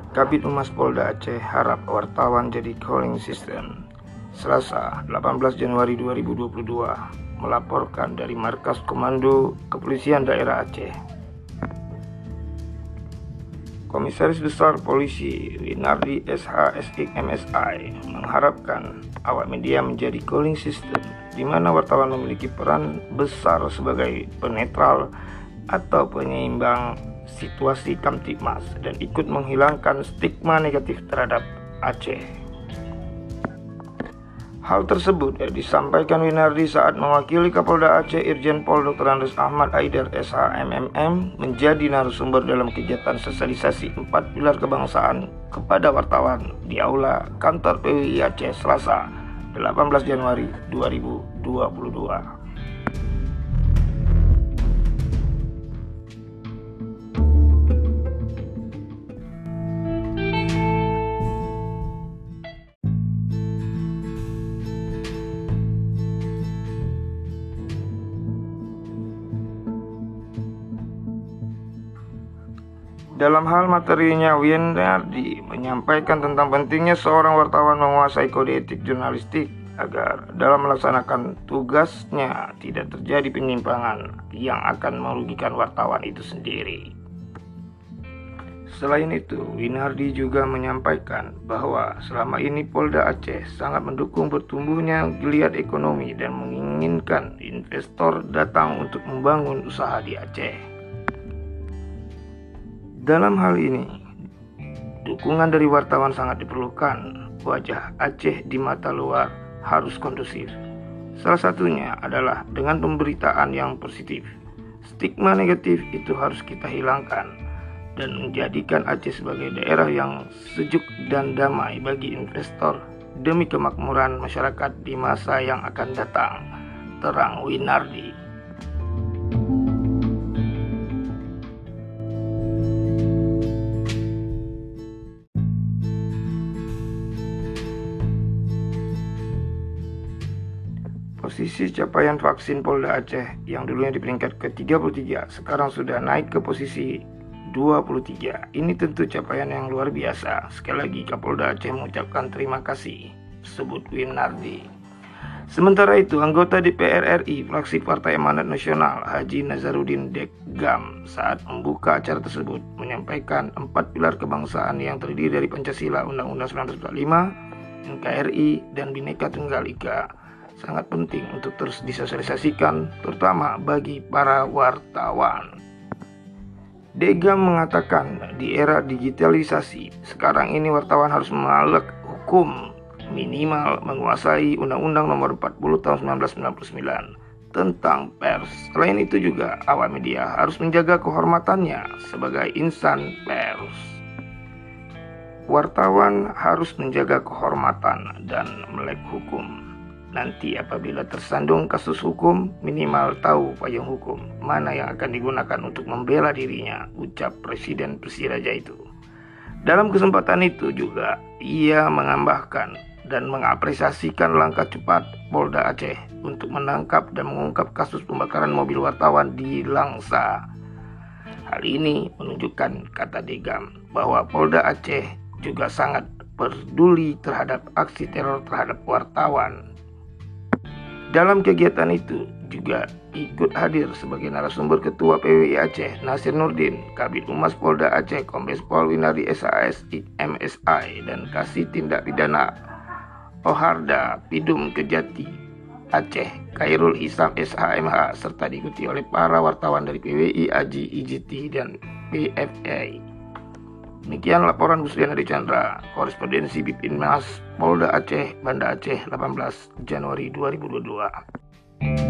Kabid Humas Polda Aceh harap wartawan jadi calling system. Selasa, 18 Januari 2022, melaporkan dari Markas Komando Kepolisian Daerah Aceh. Komisaris Besar Polisi Winardi SH.SIK MSI mengharapkan awak media menjadi calling system, di mana wartawan memiliki peran besar sebagai penetral atau penyeimbang situasi Kamtibmas dan ikut menghilangkan stigma negatif terhadap Aceh. Hal tersebut disampaikan Winardi saat mewakili Kapolda Aceh Irjen Pol Dr. Andes Ahmad Aidar SH.MMM menjadi narasumber dalam kegiatan sosialisasi 4 pilar kebangsaan kepada wartawan di Aula Kantor PWI Aceh Selasa 18 Januari 2022. Dalam hal materinya, Winardi menyampaikan tentang pentingnya seorang wartawan menguasai kode etik jurnalistik agar dalam melaksanakan tugasnya tidak terjadi penyimpangan yang akan merugikan wartawan itu sendiri. Selain itu, Winardi juga menyampaikan bahwa selama ini Polda Aceh sangat mendukung bertumbuhnya geliat ekonomi dan menginginkan investor datang untuk membangun usaha di Aceh. Dalam hal ini, dukungan dari wartawan sangat diperlukan. Wajah Aceh di mata luar harus kondusif. Salah satunya adalah dengan pemberitaan yang positif. Stigma negatif itu harus kita hilangkan dan menjadikan Aceh sebagai daerah yang sejuk dan damai bagi investor demi kemakmuran masyarakat di masa yang akan datang, terang Winardi. Posisi capaian vaksin Polda Aceh yang dulunya di peringkat ke-33 sekarang sudah naik ke posisi 23. Ini tentu capaian yang luar biasa. Sekali lagi Kapolda Aceh mengucapkan terima kasih, sebut Winardi. Sementara itu, anggota DPR RI fraksi Partai Amanat Nasional Haji Nazaruddin Degam saat membuka acara tersebut menyampaikan 4 pilar kebangsaan yang terdiri dari Pancasila, Undang-Undang 1945, NKRI, dan Bhinneka Tunggal Ika sangat penting untuk terus disosialisasikan, terutama bagi para wartawan. Degam mengatakan di era digitalisasi sekarang ini wartawan harus melek hukum, minimal menguasai Undang-Undang Nomor 40 Tahun 1999 tentang pers. Selain itu juga awak media harus menjaga kehormatannya sebagai insan pers. Wartawan harus menjaga kehormatan dan melek hukum. Nanti apabila tersandung kasus hukum, minimal tahu payung hukum mana yang akan digunakan untuk membela dirinya, ucap Presiden Persiraja itu. Dalam kesempatan itu juga ia menambahkan dan mengapresiasikan langkah cepat Polda Aceh untuk menangkap dan mengungkap kasus pembakaran mobil wartawan di Langsa. Hal ini menunjukkan, kata Degam, bahwa Polda Aceh juga sangat peduli terhadap aksi teror terhadap wartawan. Dalam kegiatan itu juga ikut hadir sebagai narasumber Ketua PWI Aceh Nasir Nurdin, Kabid Humas Polda Aceh Kombes Pol Winardi SH.SIK MSI, dan Kasih Tindak Pidana Oharda Pidum Kejati Aceh Khairul Hisam SH.MH, serta diikuti oleh para wartawan dari PWI, AJI, IJT, dan PFA. Demikian laporan Busrian Adi Chandra, korespondensi Bipinmas Polda Aceh, Banda Aceh, 18 Januari 2022.